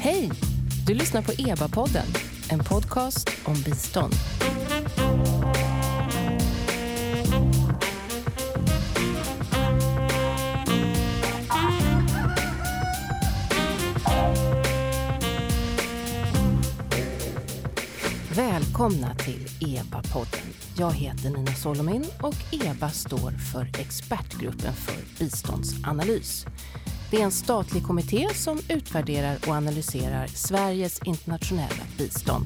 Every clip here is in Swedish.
Hej! Du lyssnar på EBA-podden, en podcast om bistånd. Välkomna till EBA-podden. Jag heter Nina Solomin och EBA står för Expertgruppen för biståndsanalys. Det är en statlig kommitté som utvärderar och analyserar Sveriges internationella bistånd.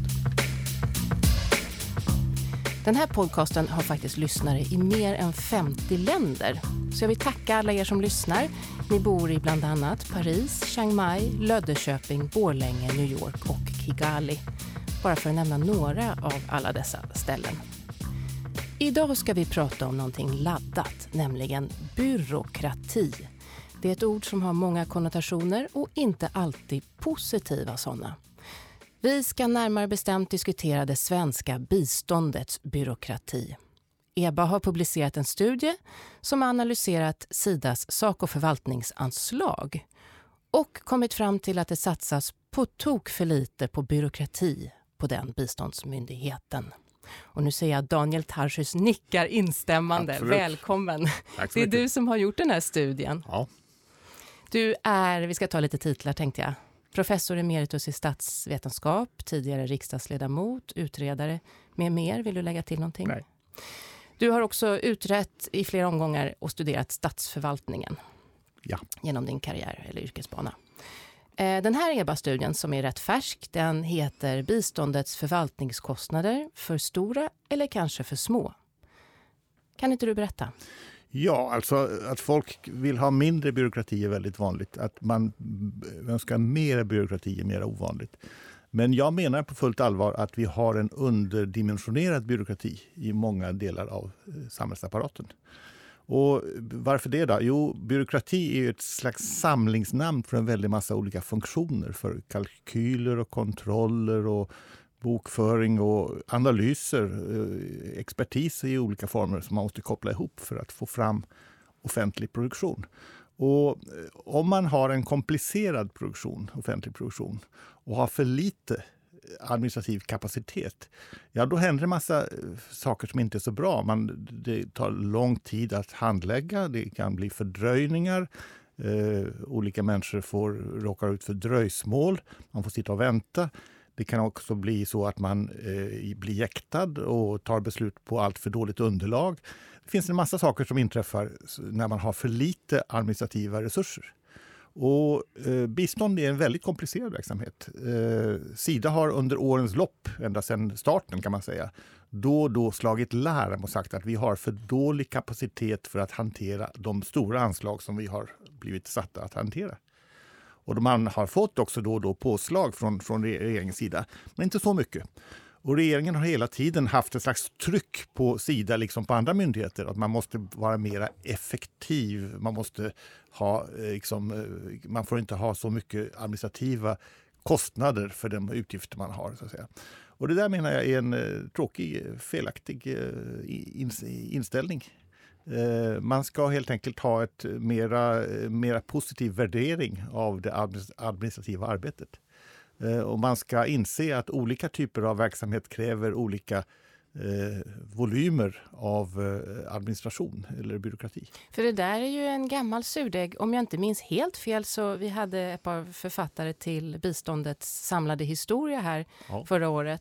Den här podcasten har faktiskt lyssnare i mer än 50 länder. Så jag vill tacka alla er som lyssnar. Ni bor i bland annat Paris, Chiang Mai, Löddeköping, Borlänge, New York och Kigali. Bara för att nämna några av alla dessa ställen. Idag ska vi prata om någonting laddat, nämligen byråkrati. Det är ett ord som har många konnotationer och inte alltid positiva sådana. Vi ska närmare bestämt diskutera det svenska biståndets byråkrati. EBA har publicerat en studie som har analyserat Sidas sak- och förvaltningsanslag och kommit fram till att det satsas på tok för lite på byråkrati på den biståndsmyndigheten. Och nu ser jag Daniel Tarschys nickar instämmande. Absolut. Välkommen. Tack så Det är mycket. du som har gjort den här studien. Ja. Du är, vi ska ta lite titlar tänkte jag, professor emeritus i statsvetenskap, tidigare riksdagsledamot, utredare med mer. Vill du lägga till någonting? Nej. Du har också utrett i flera omgångar och studerat statsförvaltningen genom din karriär eller yrkesbana. Den här EBA-studien som är rätt färsk, den heter Biståndets förvaltningskostnader för stora eller kanske för små. Kan inte du berätta? Ja, alltså att folk vill ha mindre byråkrati är väldigt vanligt. Att man önskar mer byråkrati är mer ovanligt. Men jag menar på fullt allvar att vi har en underdimensionerad byråkrati i många delar av samhällsapparaten. Och varför det då? Jo, byråkrati är ju ett slags samlingsnamn för en väldig massa olika funktioner. För kalkyler och kontroller och bokföring och analyser, expertis i olika former som man måste koppla ihop för att få fram offentlig produktion. Och om man har en komplicerad produktion, offentlig produktion, och har för lite administrativ kapacitet, ja då händer en massa saker som inte är så bra. Det tar lång tid att handlägga, det kan bli fördröjningar, olika människor råkar ut för dröjsmål, man får sitta och vänta. Det kan också bli så att man blir jäktad och tar beslut på allt för dåligt underlag. Det finns en massa saker som inträffar när man har för lite administrativa resurser. Och bistånd är en väldigt komplicerad verksamhet. Sida har under årens lopp, ända sedan starten kan man säga, då slagit larm och sagt att vi har för dålig kapacitet för att hantera de stora anslag som vi har blivit satta att hantera. Och man har fått också då påslag från regeringens sida, men inte så mycket. Och regeringen har hela tiden haft ett slags tryck på Sida, liksom på andra myndigheter, att man måste vara mer effektiv. Man måste ha, man får inte ha så mycket administrativa kostnader för de utgifter man har, så att säga. Och det där menar jag är en tråkig, felaktig inställning. Man ska helt enkelt ha ett mera positiv värdering av det administrativa arbetet. Och man ska inse att olika typer av verksamhet kräver olika volymer av administration eller byråkrati. För det där är ju en gammal surdeg. Om jag inte minns helt fel så vi hade ett par författare till biståndets samlade historia här förra året.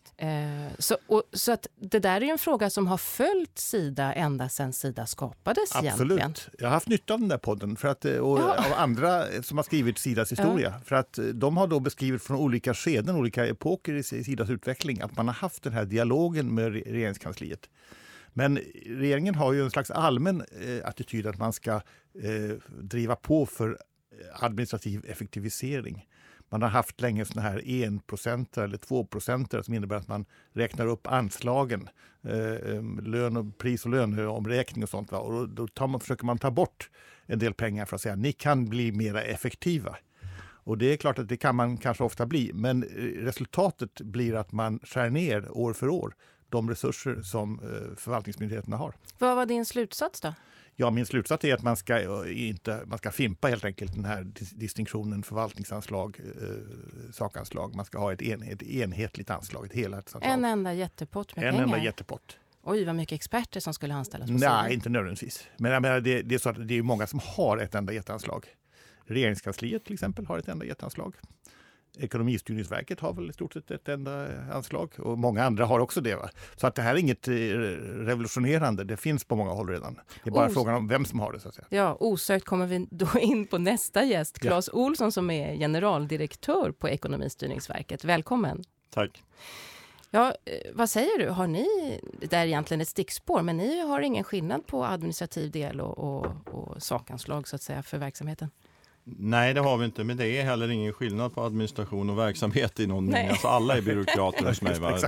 Så att det där är ju en fråga som har följt Sida ända sedan Sida skapades. Absolut. Egentligen. Jag har haft nytta av den där podden av andra som har skrivit Sidas historia. Ja. För att de har då beskrivit från olika skeden, olika epoker i Sidas utveckling att man har haft den här dialogen med regeringskansliet. Men regeringen har ju en slags allmän attityd att man ska driva på för administrativ effektivisering. Man har haft länge såna här 1% eller 2% som innebär att man räknar upp anslagen, pris- och löneomräkning och sånt. Va? Och då försöker man ta bort en del pengar för att säga att ni kan bli mer effektiva. Och det är klart att det kan man kanske ofta bli, men resultatet blir att man skär ner år för år de resurser som förvaltningsmyndigheterna har. Vad var din slutsats då? Ja, min slutsats är att man ska fimpa helt enkelt den här distinktionen förvaltningsanslag, sakanslag. Man ska ha ett enhetligt anslag, ett helhetsanslag. En enda jättepott med pengar? En enda jättepott. Oj, vad mycket experter som skulle anställas på Nej, sidan. inte nödvändigtvis. Men jag menar, det är så att det är många som har ett enda jätteanslag. Regeringskansliet till exempel har ett enda jätteanslag. Ekonomistyrningsverket har väl i stort sett ett enda anslag. Och många andra har också det. Va? Så att det här är inget revolutionerande. Det finns på många håll redan. Det är bara frågan om vem som har det, så att säga. Ja, osökt kommer vi då in på nästa gäst. Claes Olsson, som är generaldirektör på Ekonomistyrningsverket. Välkommen. Tack. Ja, vad säger du? Har ni, det är egentligen ett stickspår, men ni har ingen skillnad på administrativ del och sakanslag så att säga för verksamheten? Nej, det har vi inte, men det är heller ingen skillnad på administration och verksamhet i någon mening. Alltså alla är byråkrater hos mig. Va?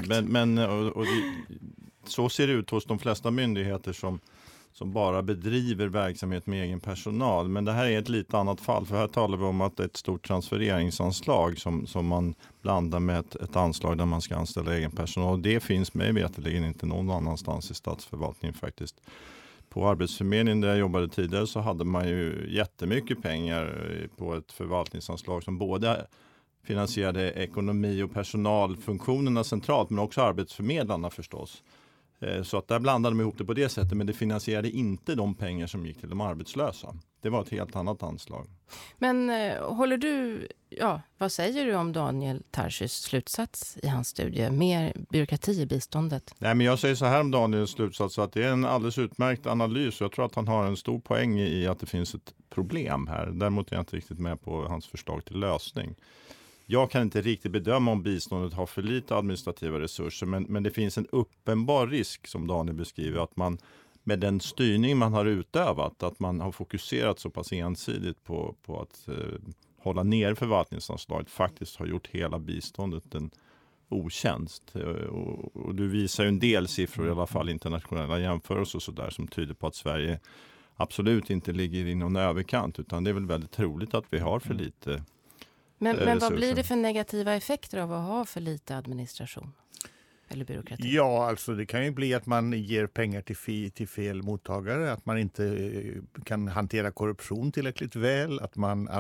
Så ser det ut hos de flesta myndigheter som bara bedriver verksamhet med egen personal. Men det här är ett lite annat fall, för här talar vi om att det är ett stort transfereringsanslag som man blandar med ett anslag där man ska anställa egen personal. Det finns mig veterligen inte någon annanstans i statsförvaltningen faktiskt. På Arbetsförmedlingen där jag jobbade tidigare så hade man ju jättemycket pengar på ett förvaltningsanslag som både finansierade ekonomi- och personalfunktionerna centralt, men också arbetsförmedlarna förstås. Så att där blandade de ihop det på det sättet, men det finansierade inte de pengar som gick till de arbetslösa. Det var ett helt annat anslag. Men vad säger du om Daniel Tarschys slutsats i hans studie? Mer byråkrati i biståndet? Nej, men jag säger så här om Daniels slutsats, att det är en alldeles utmärkt analys. Jag tror att han har en stor poäng i att det finns ett problem här. Däremot är jag inte riktigt med på hans förslag till lösning. Jag kan inte riktigt bedöma om biståndet har för lite administrativa resurser, men det finns en uppenbar risk, som Daniel beskriver, att man med den styrning man har utövat, att man har fokuserat så pass ensidigt på att hålla ner förvaltningsanslaget, faktiskt har gjort hela biståndet en otjänst. Och du visar ju en del siffror, i alla fall internationella jämförelser och så där, som tyder på att Sverige absolut inte ligger i någon överkant, utan det är väl väldigt troligt att vi har för lite. Men vad blir det för negativa effekter av att ha för lite administration eller byråkrati? Ja, alltså det kan ju bli att man ger pengar till fel mottagare, att man inte kan hantera korruption tillräckligt väl, att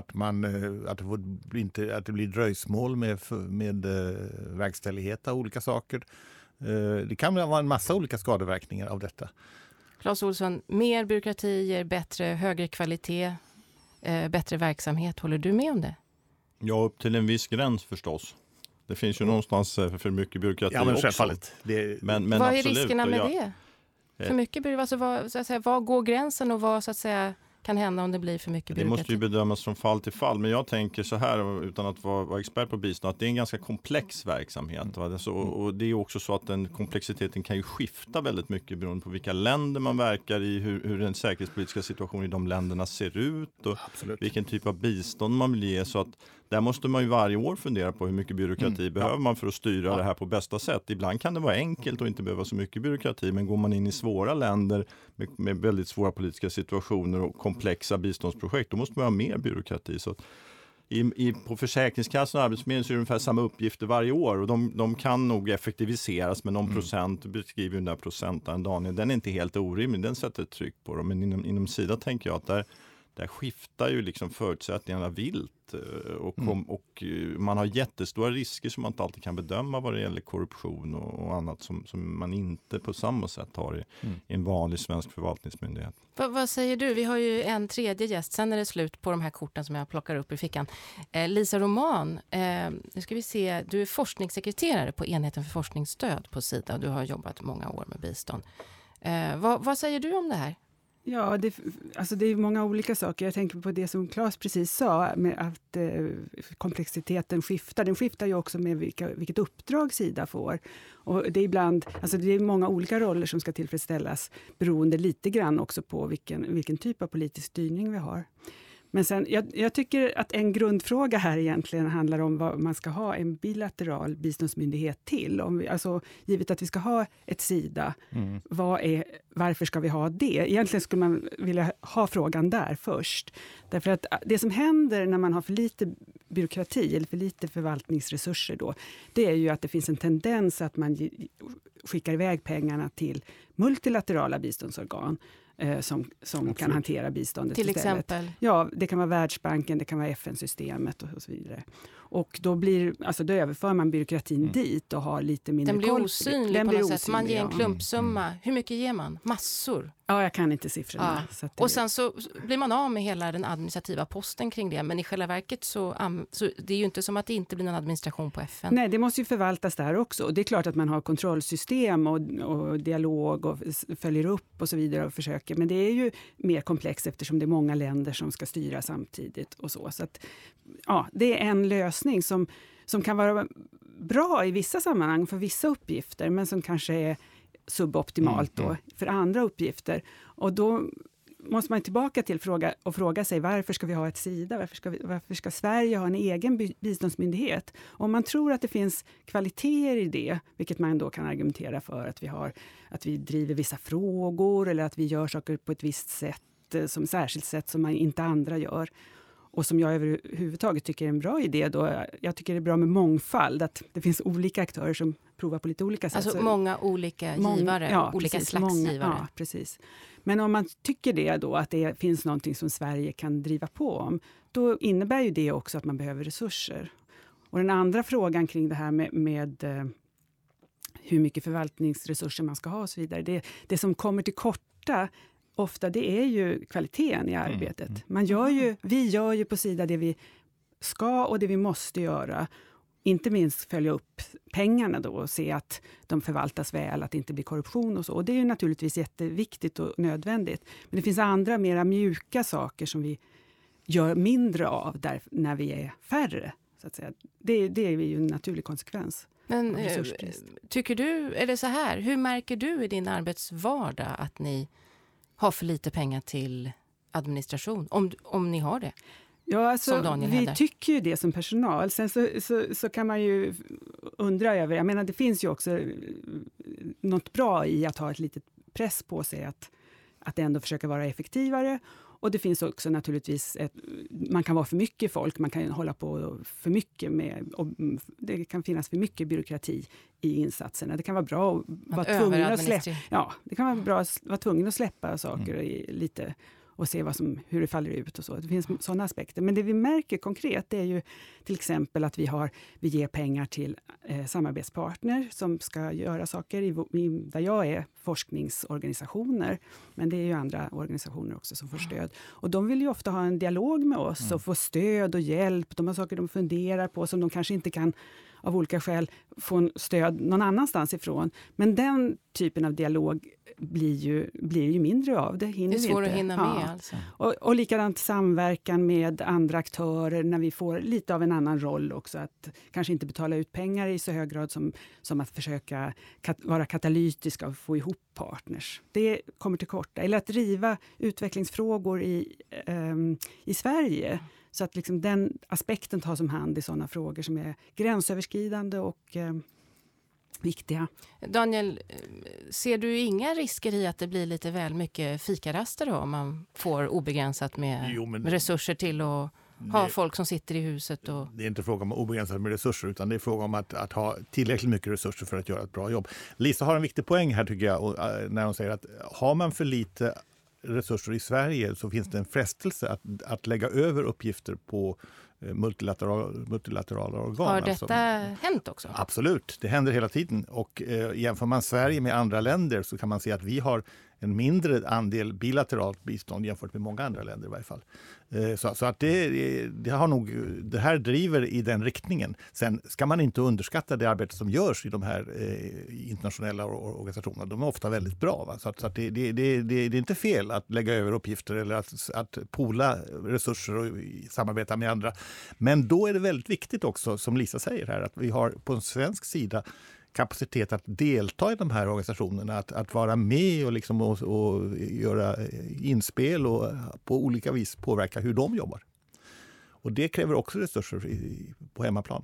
det blir dröjsmål med verkställighet av olika saker. Det kan vara en massa olika skadeverkningar av detta. Claes Olsson, mer byråkrati ger högre kvalitet, bättre verksamhet. Håller du med om det? Ja, upp till en viss gräns förstås. Det finns ju någonstans för mycket byråkrati också. Självfallet. Men vad är absolut, riskerna med det? För mycket byråkrati, vad går gränsen och vad så att säga kan hända om det blir för mycket byråkrati? Det måste ju bedömas från fall till fall. Men jag tänker så här, utan att vara expert på bistånd, att det är en ganska komplex verksamhet. Och det är också så att den komplexiteten kan ju skifta väldigt mycket beroende på vilka länder man verkar i, hur den säkerhetspolitiska situationen i de länderna ser ut och vilken typ av bistånd man vill ge. Så att där måste man ju varje år fundera på hur mycket byråkrati behöver man för att styra det här på bästa sätt. Ibland kan det vara enkelt och inte behöva så mycket byråkrati, men går man in i svåra länder med väldigt svåra politiska situationer och komplexa biståndsprojekt, då måste man ha mer byråkrati. Så på Försäkringskassan och Arbetsförmedlingen så är det ungefär samma uppgifter varje år, och de kan nog effektiviseras med någon procent, beskriver den där procenten, Daniel. Den är inte helt orimlig, den sätter ett tryck på dem. Men inom Sida tänker jag att där skiftar ju liksom förutsättningarna vilt och man har jättestora risker som man inte alltid kan bedöma vad det gäller korruption och annat som man inte på samma sätt har i en vanlig svensk förvaltningsmyndighet. Vad säger du? Vi har ju en tredje gäst, sen är det slut på de här korten som jag plockar upp i fickan. Lisa Roman, nu ska vi se, du är forskningssekreterare på enheten för forskningsstöd på Sida och du har jobbat många år med bistånd. Vad säger du om det här? Ja, det är många olika saker. Jag tänker på det som Claes precis sa, med att komplexiteten skiftar. Den skiftar ju också med vilket uppdrag Sida får. Och det är det är många olika roller som ska tillfredsställas, beroende lite grann också på vilken typ av politisk styrning vi har. Men sen, jag tycker att en grundfråga här egentligen handlar om vad man ska ha en bilateral biståndsmyndighet till. Givet att vi ska ha ett Sida, varför ska vi ha det? Egentligen skulle man vilja ha frågan där först. Därför att det som händer när man har för lite byråkrati eller för lite förvaltningsresurser då, det är ju att det finns en tendens att man skickar iväg pengarna till multilaterala biståndsorgan. som kan hantera biståndet till istället. exempel? Ja, det kan vara Världsbanken, det kan vara FN-systemet och så vidare. Och då överför man byråkratin dit och har lite mindre koll. Den blir osynlig på något sätt. Man ger en klumpsumma. Hur mycket ger man? Massor. Ja, jag kan inte siffrorna. Ja. Så och sen så blir man av med hela den administrativa posten kring det. Men i själva verket så det är ju inte som att det inte blir någon administration på FN. Nej, det måste ju förvaltas där också. Och det är klart att man har kontrollsystem och dialog och följer upp och så vidare och försöker. Men det är ju mer komplext eftersom det är många länder som ska styra samtidigt och så. Så att, ja, det är en lösning som kan vara bra i vissa sammanhang för vissa uppgifter, men som kanske är suboptimalt då för andra uppgifter. Och då måste man tillbaka till fråga sig, varför ska vi ha ett SIDA? Varför ska Sverige ha en egen biståndsmyndighet? Om man tror att det finns kvaliteter i det, vilket man då kan argumentera för att vi driver vissa frågor eller att vi gör saker på ett visst sätt, som särskilt sätt som man inte andra gör. Och som jag överhuvudtaget tycker är en bra idé då. Jag tycker det är bra med mångfald, att det finns olika aktörer som provar på lite olika sätt. Alltså många olika givare, olika precis, slags givare. Ja, precis. Men om man tycker det då, att det finns någonting som Sverige kan driva på om, då innebär ju det också att man behöver resurser. Och den andra frågan kring det här med hur mycket förvaltningsresurser man ska ha och så vidare. Det som kommer till korta ofta, det är ju kvaliteten i arbetet. Vi gör ju på SIDA det vi ska och det vi måste göra. Inte minst följa upp pengarna då och se att de förvaltas väl, att det inte blir korruption och så. Och det är ju naturligtvis jätteviktigt och nödvändigt. Men det finns andra mera mjuka saker som vi gör mindre av när vi är färre, så att säga. Det är ju en naturlig konsekvens. Men tycker du, eller så här, hur märker du i din arbetsvardag att ni har för lite pengar till administration, om ni har det? Ja, alltså, vi tycker ju det som personal. Sen så kan man ju undra över, jag menar det finns ju också något bra i att ha ett litet press på sig att ändå försöka vara effektivare. Och det finns också naturligtvis, man kan vara för mycket folk, man kan hålla på för mycket med, och det kan finnas för mycket byråkrati i insatserna. Det kan vara bra att vara tvungen att släppa. Ja, det kan vara bra att vara tvungen att släppa saker lite och se hur det faller ut och så. Det finns sådana aspekter. Men det vi märker konkret är ju till exempel att vi ger pengar till samarbetspartner som ska göra saker där jag är forskningsorganisationer. Men det är ju andra organisationer också som får stöd. Och de vill ju ofta ha en dialog med oss och få stöd och hjälp. De har saker de funderar på som de kanske inte kan av olika skäl få stöd någon annanstans ifrån. Men den typen av dialog blir ju mindre av. Det är svårt att hinna med alltså. Och likadant samverkan med andra aktörer när vi får lite av en annan roll också. Att kanske inte betala ut pengar i så hög grad som att försöka vara katalytiska och få ihop partners. Det kommer till korta. Eller att driva utvecklingsfrågor i Sverige. Så att liksom den aspekten tas om hand i sådana frågor som är gränsöverskridande och viktiga. Daniel, ser du inga risker i att det blir lite väl mycket fikaraster då, om man får obegränsat med resurser till att ha folk som sitter i huset? Det är inte fråga om obegränsat med resurser, utan det är fråga om att ha tillräckligt mycket resurser för att göra ett bra jobb. Lisa har en viktig poäng här tycker jag, när hon säger att har man för lite resurser i Sverige så finns det en frestelse att lägga över uppgifter på multilaterala organ. Har detta hänt också? Absolut, det händer hela tiden. Och jämför man Sverige med andra länder så kan man se att vi har en mindre andel bilateralt bistånd jämfört med många andra länder i varje fall. Så att det har nog, det här driver i den riktningen. Sen ska man inte underskatta det arbete som görs i de här internationella organisationerna. De är ofta väldigt bra. Va? Så att det är inte fel att lägga över uppgifter eller att poola resurser och samarbeta med andra. Men då är det väldigt viktigt också, som Lisa säger här, att vi har på en svensk sida kapacitet att delta i de här organisationerna, att vara med och göra inspel och på olika vis påverka hur de jobbar. Och det kräver också resurser på hemmaplan.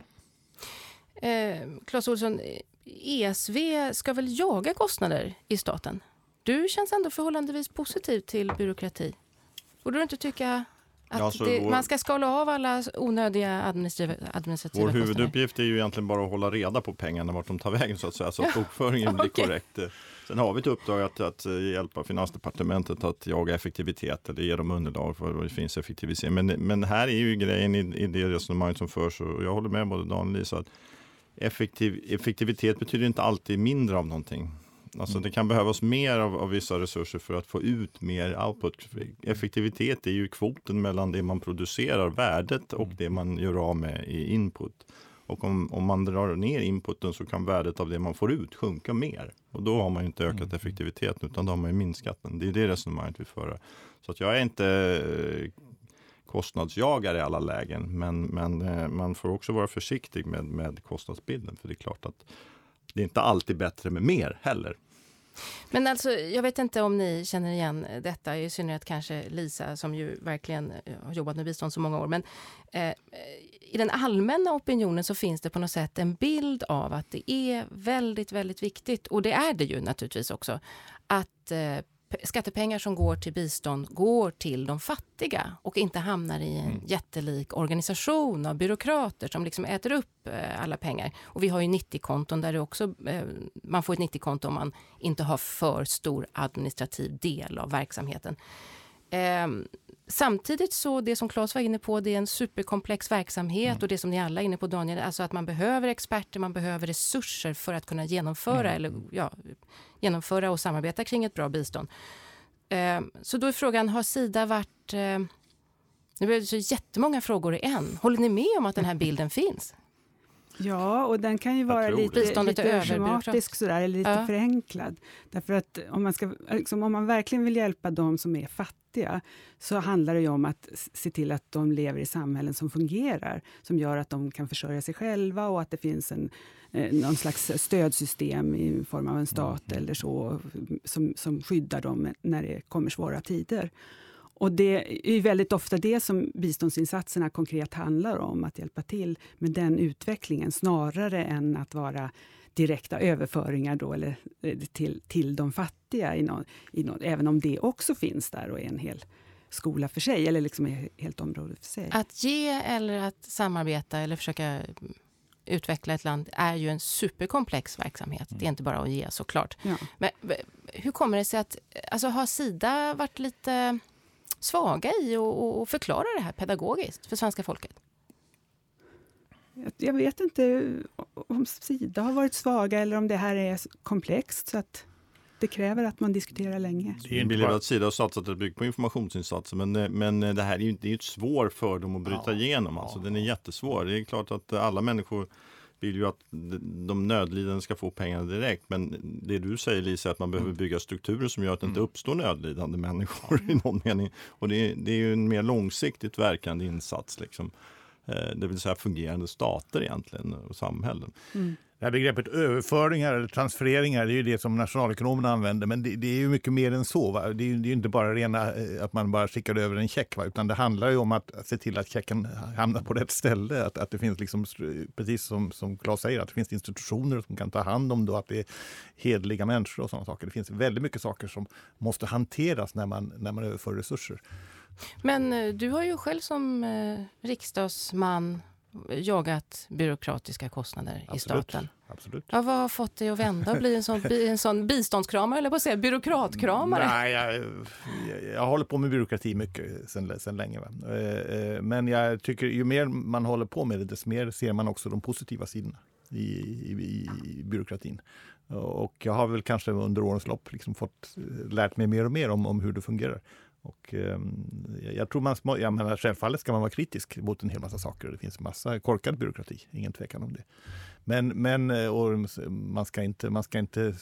Claes Olsson, ESV ska väl jaga kostnader i staten? Du känns ändå förhållandevis positiv till byråkrati. Borde du inte tycka Man ska skala av alla onödiga administrativa Vår kostnader. huvuduppgift är ju egentligen bara att hålla reda på pengarna, vart de tar vägen så att säga, så att bokföringen blir korrekt. Sen har vi ett uppdrag att hjälpa Finansdepartementet att jaga effektivitet eller ge dem underlag för vad det finns effektivisering. Men här är ju grejen i det resonemang som förs, och jag håller med både Dan och Lisa, att effektivitet betyder inte alltid mindre av någonting. Alltså det kan behövas mer av vissa resurser för att få ut mer output. Effektivitet är ju kvoten mellan det man producerar, värdet, och det man gör av med i input. Och om man drar ner inputen så kan värdet av det man får ut sjunka mer. Och då har man ju inte ökat effektiviteten, utan då har man ju minskat den. Det är det resonemanget vi för. Så att jag är inte kostnadsjagare i alla lägen. Men man får också vara försiktig med kostnadsbilden. För det är klart att det är inte alltid bättre med mer heller. Men alltså, jag vet inte om ni känner igen detta, i synnerhet kanske Lisa som ju verkligen har jobbat med bistånd så många år. Men i den allmänna opinionen så finns det på något sätt en bild av att det är väldigt, väldigt viktigt, och det är det ju naturligtvis också, att skattepengar som går till bistånd går till de fattiga och inte hamnar i en jättelik organisation av byråkrater som liksom äter upp alla pengar. Och vi har ju 90-konton där det också, man får ett 90-konto om man inte har för stor administrativ del av verksamheten. Samtidigt så, det som Claes var inne på, det är en superkomplex verksamhet och det som ni alla är inne på, Daniel, alltså att man behöver experter, man behöver resurser för att kunna genomföra och samarbeta kring ett bra bistånd. Så då är frågan, har Sida varit... Nu blir det så jättemånga frågor i en. Håller ni med om att den här bilden finns? Ja, och den kan ju vara lite schematisk sådär, eller lite förenklad. Därför att om man verkligen vill hjälpa de som är fattiga, så handlar det ju om att se till att de lever i samhällen som fungerar, som gör att de kan försörja sig själva, och att det finns någon slags stödsystem i form av en stat eller så, som skyddar dem när det kommer svåra tider. Och det är väldigt ofta det som biståndsinsatserna konkret handlar om, att hjälpa till med den utvecklingen, snarare än att vara direkta överföringar då, eller till de fattiga, även om det också finns där och är en hel skola för sig, eller liksom är helt område för sig. Att ge eller att samarbeta eller försöka utveckla ett land är ju en superkomplex verksamhet. Det är inte bara att ge, såklart. Ja. Men hur kommer det sig att, alltså, har Sida varit lite svaga i och förklara det här pedagogiskt för svenska folket? Jag vet inte om Sida har varit svaga eller om det här är komplext, så att det kräver att man diskuterar länge. Det är inte att Sida har satsat ett byggt på informationsinsatser, men det här är ju ett svår för dem att bryta igenom. Alltså, den är jättesvår. Det är klart att alla människor vill ju att de nödlidande ska få pengarna direkt, men det du säger, Lisa, att man behöver bygga strukturer som gör att det inte uppstår nödlidande människor i någon mening. Och det är ju en mer långsiktigt verkande insats liksom. Det vill säga fungerande stater egentligen och samhällen. Det här begreppet överföringar eller transfereringar, det är ju det som nationalekonomerna använder, men det är ju mycket mer än så. Va? Det är ju inte bara rena att man bara skickar över en check, va? Utan det handlar ju om att se till att checken hamnar på rätt ställe, att det finns liksom, precis som Claes säger, att det finns institutioner som kan ta hand om det, att det är hedliga människor och sådana saker. Det finns väldigt mycket saker som måste hanteras när man överför resurser. Men du har ju själv som riksdagsman jagat byråkratiska kostnader i staten. Absolut. Ja, vad har fått dig att vända och bli en sån biståndskramare, eller på att säga byråkratkramare? Nej, jag håller på med byråkrati mycket sen länge. Va? Men jag tycker ju mer man håller på med det, desto mer ser man också de positiva sidorna i byråkratin. Och jag har väl kanske under årens lopp liksom lärt mig mer och mer om hur det fungerar. Och jag tror självfallet ska man vara kritisk mot en hel massa saker. Det finns massa korkad byråkrati, ingen tvekan om det. Men man ska inte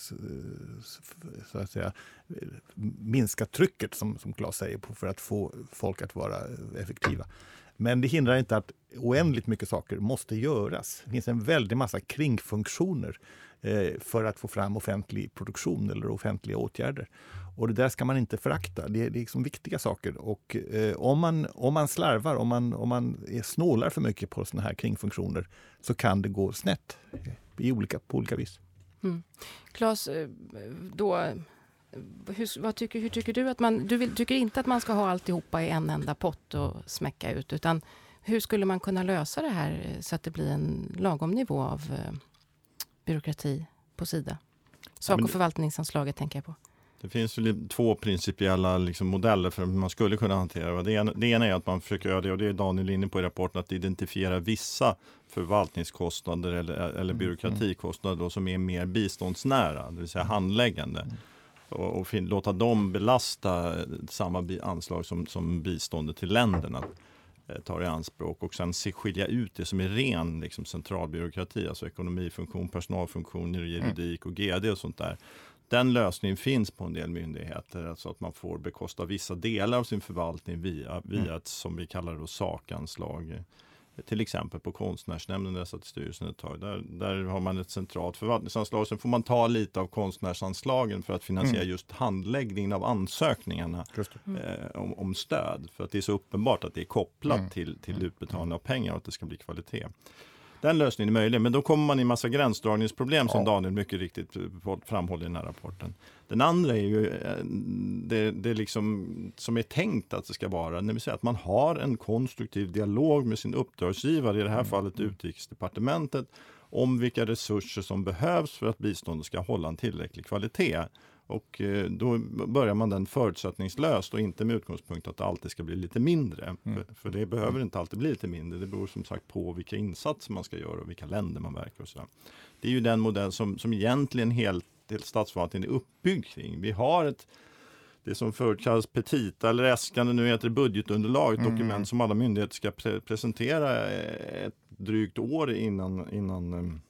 så att säga minska trycket som Claes säger på, för att få folk att vara effektiva. Men det hindrar inte att oändligt mycket saker måste göras. Det finns en väldig massa kringfunktioner för att få fram offentlig produktion eller offentliga åtgärder. Och det där ska man inte förakta. Det är liksom viktiga saker. Och om man slarvar, om man snålar för mycket på såna här kringfunktioner, så kan det gå snett på olika vis. Claes, då hur tycker du att tycker inte att man ska ha alltihopa i en enda pott och smäcka ut, utan hur skulle man kunna lösa det här så att det blir en lagom nivå av byråkrati på Sida? Sak- och förvaltningsanslaget tänker jag på. Det finns ju 2 principiella modeller för hur man skulle kunna hantera det. Det ena är att man försöker göra det, och det är Daniel inne på i rapporten, att identifiera vissa förvaltningskostnader eller byråkratikostnader då, som är mer biståndsnära, det vill säga handläggande. Och låta dem belasta samma anslag som biståndet till länderna tar i anspråk, och sen skilja ut det som är ren centralbyråkrati, alltså ekonomifunktion, personalfunktion, juridik och GD och sånt där. Den lösningen finns på en del myndigheter, alltså att man får bekosta vissa delar av sin förvaltning via ett, som vi kallar det, sakanslag. Till exempel på Konstnärsnämnden, där satt styrelsen ett tag. Där har man ett centralt förvaltningsanslag. Sen får man ta lite av konstnärsanslagen för att finansiera just handläggningen av ansökningarna om stöd. För att det är så uppenbart att det är kopplat till utbetalning av pengar och att det ska bli kvalitet. Den lösningen är möjlig, men då kommer man i en massa gränsdragningsproblem som Daniel mycket riktigt framhåller i den här rapporten. Den andra är ju det som är tänkt att det ska vara, det vill säga att man har en konstruktiv dialog med sin uppdragsgivare, i det här fallet Utrikesdepartementet, om vilka resurser som behövs för att biståndet ska hålla en tillräcklig kvalitet. Och då börjar man den förutsättningslöst och inte med utgångspunkt att det alltid ska bli lite mindre. För det behöver inte alltid bli lite mindre. Det beror som sagt på vilka insatser man ska göra och vilka länder man verkar och så. Det är ju den modell som egentligen helt statsförvaltningen är uppbyggd kring. Vi har det som förut kallas petita eller äskande, nu heter det budgetunderlag, ett dokument som alla myndigheter ska presentera ett drygt år innan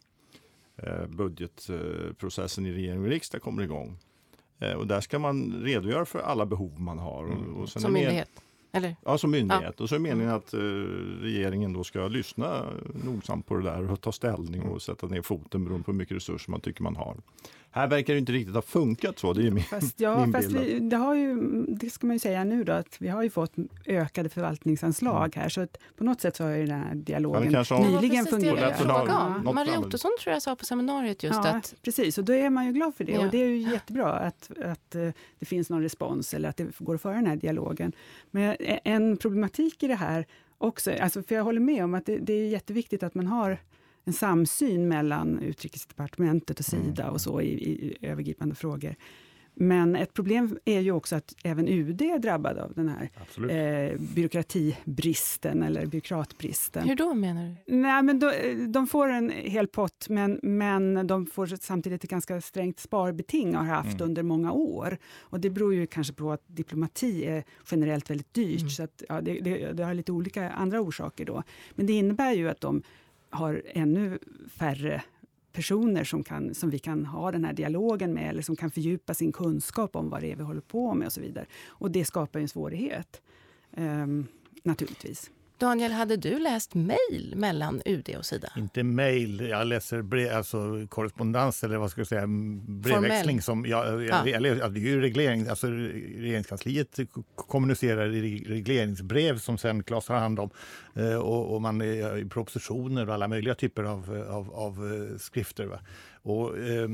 budgetprocessen i regering och riksdag kommer igång. Och där ska man redogöra för alla behov man har. Och sen som myndighet? Eller? Ja, som myndighet. Ja. Och så är meningen att regeringen då ska lyssna nogsamt på det där och ta ställning och sätta ner foten beroende på hur mycket resurser man tycker man har. Här verkar det inte riktigt ha funkat så. Det är min bild. Det ska man ju säga nu då, att vi har ju fått ökade förvaltningsanslag här. Så att på något sätt så har ju den här dialogen nyligen fungerat. Marie Ottosson tror jag sa på seminariet just att... Precis, och då är man ju glad för det. Ja. Och det är ju jättebra att det finns någon respons eller att det går att föra den här dialogen. Men en problematik i det här också, alltså för jag håller med om att det är jätteviktigt att man har en samsyn mellan Utrikesdepartementet och Sida och så i övergripande frågor. Men ett problem är ju också att även UD är drabbad av den här byråkratibristen eller byråkratbristen. Hur då menar du? Nej, men de får en hel pott, men de får samtidigt ett ganska strängt sparbeting har haft under många år. Och det beror ju kanske på att diplomati är generellt väldigt dyrt. Så att, det har lite olika andra orsaker då. Men det innebär ju att de har ännu färre personer som vi kan ha den här dialogen med, eller som kan fördjupa sin kunskap om vad det är vi håller på med och så vidare. Och det skapar ju en svårighet, naturligtvis. Daniel, hade du läst mejl mellan UD och Sida? Inte mejl, jag läser korrespondens eller vad ska jag säga, brevväxling. Som det är ju reglering, alltså regeringskansliet kommunicerar i regleringsbrev som sen Claes har hand om, och man i propositioner och alla möjliga typer av skrifter. Va? Och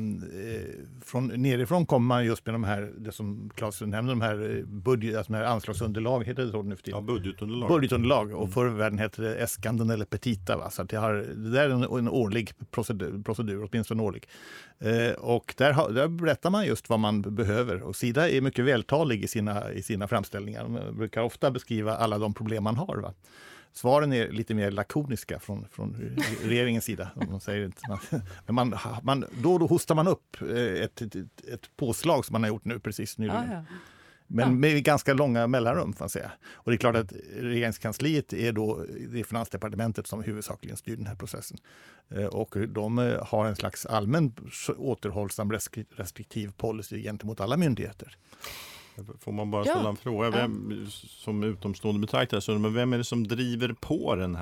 nerifrån kommer man just med de här, det som Claes nämnde, de här anslagsunderlag, heter det så nu för tiden? Ja, budgetunderlag. Och förr i världen heter det äskanden eller petita. Va? Så att det där är en årlig procedur, åtminstone årlig. Och där berättar man just vad man behöver. Och Sida är mycket vältalig i sina framställningar. Man brukar ofta beskriva alla de problem man har. Va? Svaren är lite mer lakoniska från regeringens sida. Man säger inte, men då hostar man upp ett påslag som man har gjort nu precis nyligen. Ja. Men med ganska långa mellanrum, får man säga. Och det är klart att regeringskansliet är då det är Finansdepartementet som huvudsakligen styr den här processen. Och de har en slags allmän återhållsam restriktiv policy gentemot alla myndigheter. Får man bara ställa en fråga? Vem, som utomstående betraktare, men vem är det som driver på den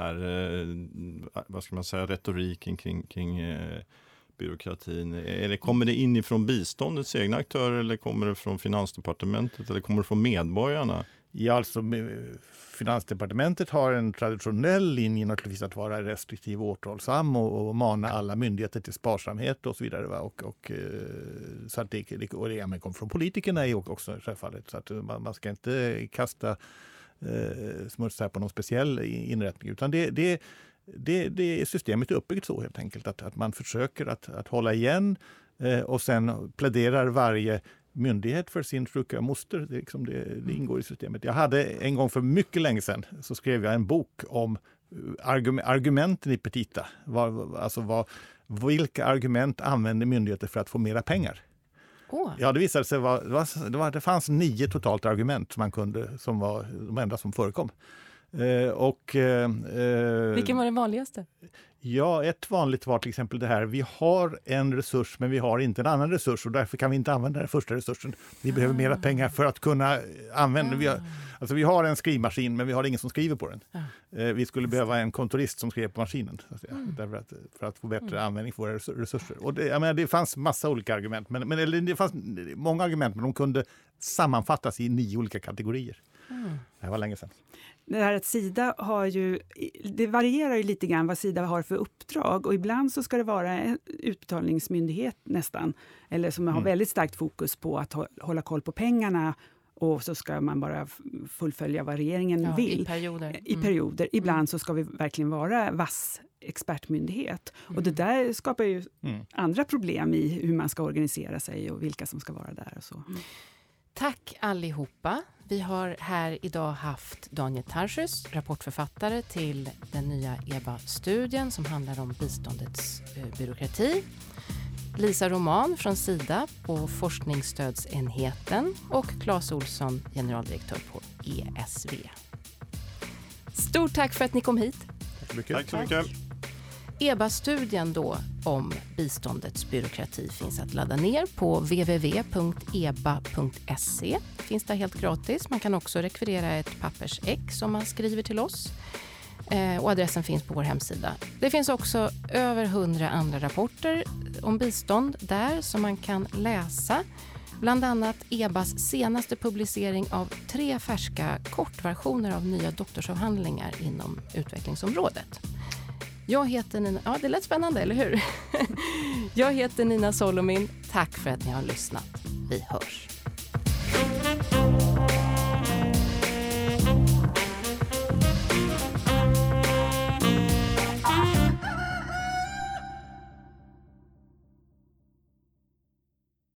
här retoriken kring byråkratin? Kommer det inifrån biståndets egna aktörer, eller kommer det från Finansdepartementet, eller kommer det från medborgarna? Ja, alltså Finansdepartementet har en traditionell linje naturligtvis att vara restriktiv och återhållsam och mana alla myndigheter till sparsamhet och så vidare. Va? Så att det kommer från politikerna är också självfallet. Så att man ska inte kasta smuts här på någon speciell inrättning, utan det systemet är uppbyggt så helt enkelt att man försöker att hålla igen och sen pläderar varje myndighet för sin sjuka moster. Det ingår i systemet. Jag hade en gång för mycket länge sedan så skrev jag en bok om argumenten i petita. Vilka argument använder myndigheter för att få mera pengar? Ja, det visade sig det fanns 9 totalt argument som var de enda som förekom. Vilken var den vanligaste? Ja, ett vanligt var till exempel det här: vi har en resurs men vi har inte en annan resurs och därför kan vi inte använda den första resursen. Vi behöver mera pengar för att kunna använda. Vi har en skrivmaskin men vi har ingen som skriver på den. Vi skulle behöva en kontorist som skrev på maskinen för att få bättre användning för våra resurser. Och det fanns massa olika argument, men det fanns många argument, men de kunde sammanfattas i 9 olika kategorier. Det var länge sedan. Det här att Sida det varierar ju lite grann vad Sida har för uppdrag, och ibland så ska det vara en utbetalningsmyndighet nästan, eller som har väldigt starkt fokus på att hålla koll på pengarna, och så ska man bara fullfölja vad regeringen vill. I perioder. Ibland så ska vi verkligen vara vass expertmyndighet. Och det där skapar ju andra problem i hur man ska organisera sig och vilka som ska vara där och så. Tack allihopa. Vi har här idag haft Daniel Tarschys, rapportförfattare till den nya EBA-studien som handlar om biståndets byråkrati. Lisa Roman från Sida på forskningsstödsenheten och Claes Olsson, generaldirektör på ESV. Stort tack för att ni kom hit. Tack så mycket. Tack så mycket. EBA-studien då om biståndets byråkrati finns att ladda ner på www.eba.se. Finns där helt gratis. Man kan också rekvirera ett pappersex om man skriver till oss. Och adressen finns på vår hemsida. Det finns också över 100 andra rapporter om bistånd där som man kan läsa. Bland annat EBAs senaste publicering av 3 färska kortversioner av nya doktorsavhandlingar inom utvecklingsområdet. Jag heter Nina... Ja, det lät spännande, eller hur? Jag heter Nina Solomin. Tack för att ni har lyssnat. Vi hörs.